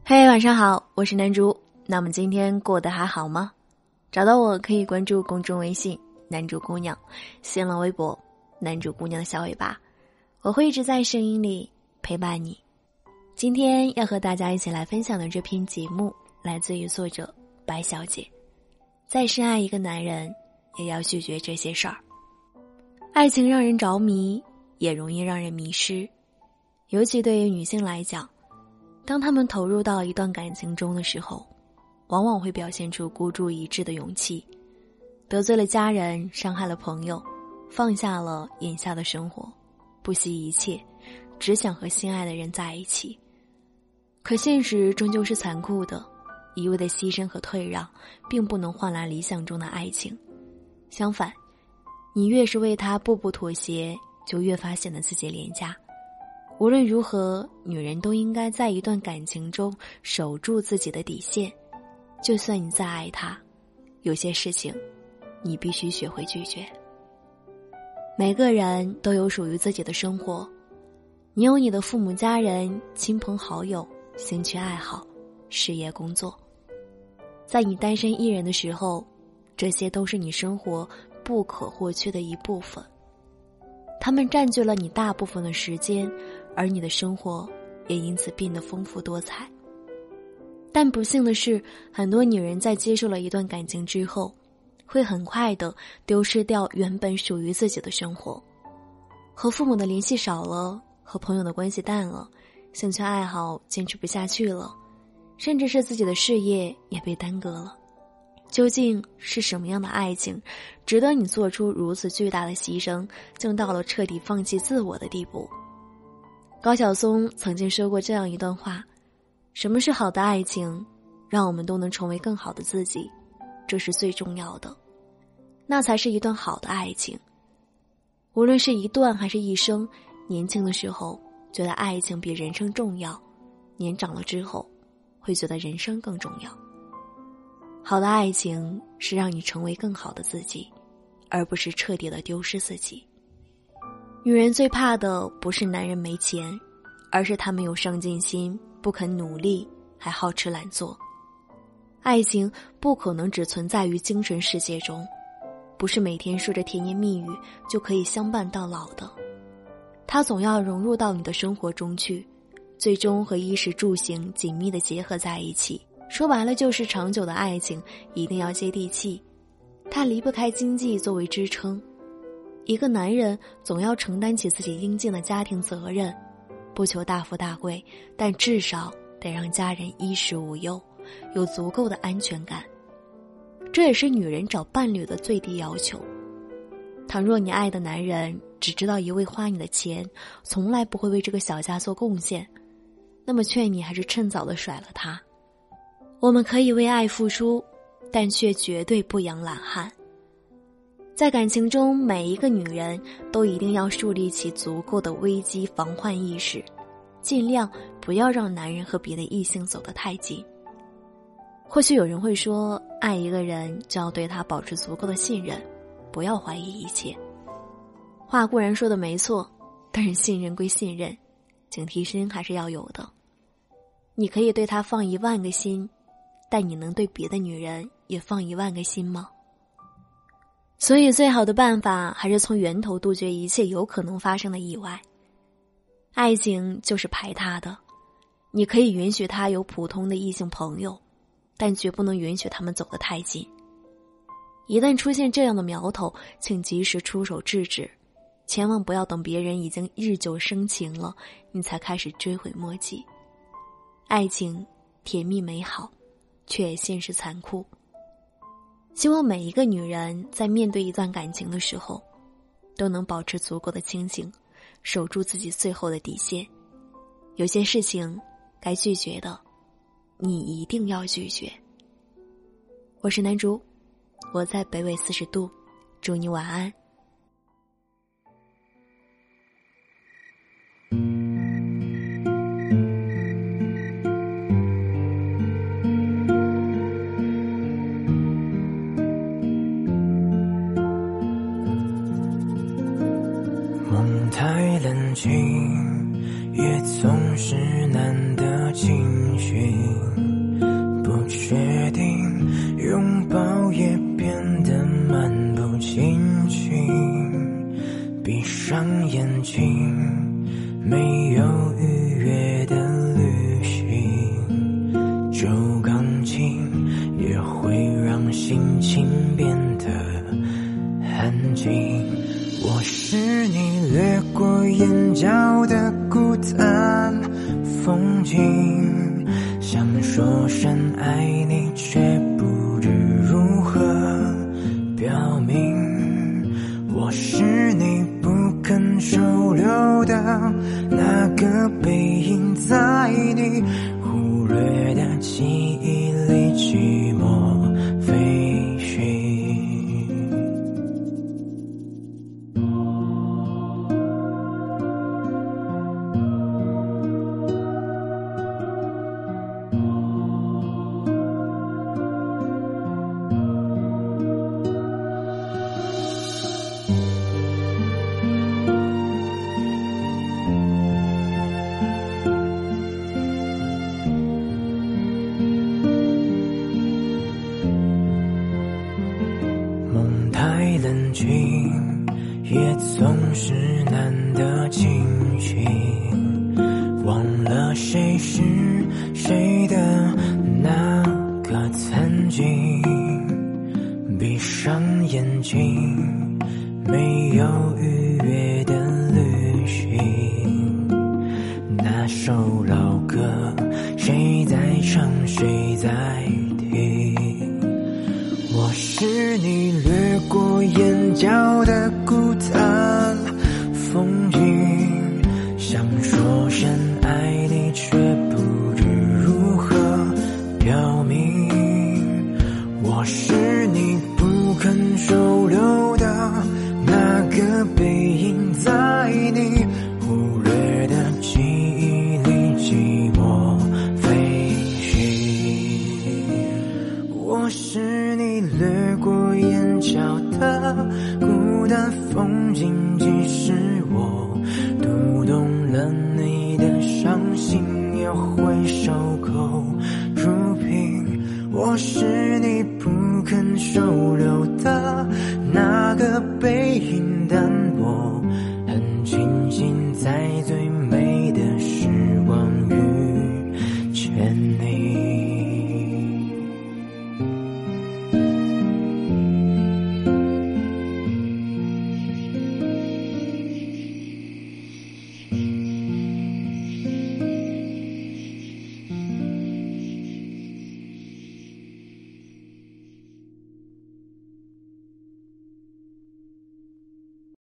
嘿，晚上好，我是南竹。那么今天过得还好吗？找到我可以关注公众微信南竹姑娘，新浪微博南竹姑娘的小尾巴，我会一直在声音里陪伴你。今天要和大家一起来分享的这篇节目来自于作者白小姐。再深爱一个男人，也要拒绝这些事儿。爱情让人着迷，也容易让人迷失，尤其对于女性来讲，当她们投入到一段感情中的时候，往往会表现出孤注一掷的勇气，得罪了家人，伤害了朋友，放下了眼下的生活，不惜一切，只想和心爱的人在一起。可现实终究是残酷的，一味的牺牲和退让并不能换来理想中的爱情。相反，你越是为他步步妥协，就越发显得自己廉价。无论如何，女人都应该在一段感情中守住自己的底线。就算你再爱他，有些事情你必须学会拒绝。每个人都有属于自己的生活，你有你的父母家人、亲朋好友、兴趣爱好、事业工作。在你单身一人的时候，这些都是你生活不可或缺的一部分，他们占据了你大部分的时间，而你的生活也因此变得丰富多彩。但不幸的是，很多女人在接受了一段感情之后，会很快地丢失掉原本属于自己的生活。和父母的联系少了，和朋友的关系淡了，兴趣爱好坚持不下去了，甚至是自己的事业也被耽搁了。究竟是什么样的爱情，值得你做出如此巨大的牺牲，竟到了彻底放弃自我的地步？高晓松曾经说过这样一段话：什么是好的爱情？让我们都能成为更好的自己，这是最重要的，那才是一段好的爱情。无论是一段还是一生，年轻的时候觉得爱情比人生重要，年长了之后会觉得人生更重要。好的爱情是让你成为更好的自己，而不是彻底的丢失自己。女人最怕的不是男人没钱，而是他没有上进心，不肯努力，还好吃懒做。爱情不可能只存在于精神世界中，不是每天说着甜言蜜语就可以相伴到老的。它总要融入到你的生活中去，最终和衣食住行紧密地结合在一起。说白了，就是长久的爱情一定要接地气，它离不开经济作为支撑。一个男人总要承担起自己应尽的家庭责任，不求大富大贵，但至少得让家人衣食无忧，有足够的安全感。这也是女人找伴侣的最低要求。倘若你爱的男人只知道一味花你的钱，从来不会为这个小家做贡献，那么劝你还是趁早的甩了他。我们可以为爱付出，但却绝对不养懒汉。在感情中，每一个女人都一定要树立起足够的危机防患意识，尽量不要让男人和别的异性走得太近。或许有人会说，爱一个人就要对他保持足够的信任，不要怀疑一切。话固然说的没错，但是信任归信任，警惕心还是要有的。你可以对他放10000个心，但你能对别的女人也放10000个心吗？所以最好的办法还是从源头杜绝一切有可能发生的意外。爱情就是排他的，你可以允许他有普通的异性朋友，但绝不能允许他们走得太近。一旦出现这样的苗头，请及时出手制止，千万不要等别人已经日久生情了，你才开始追悔莫及。爱情甜蜜美好，却也现实残酷。希望每一个女人在面对一段感情的时候，都能保持足够的清醒，守住自己最后的底线。有些事情该拒绝的，你一定要拒绝。我是南竹，我在北纬40度，祝你晚安。 梦太冷清，夜也总是难得清醒，不确定，拥抱也变得漫不经心。闭上眼睛，没有愉悦的旅行，旧钢琴也会让心情变得安静。我是你掠过眼角的孤单风景，想说声爱你，却不知如何表明。我是你不肯收留的那个背影，在你忽略的记忆里寂寞飞行。冷静也总是难得清醒，忘了谁是谁的那个曾经。闭上眼睛，没有愉悦的旅行，那首老歌谁在唱谁在听。我是你掠过眼角的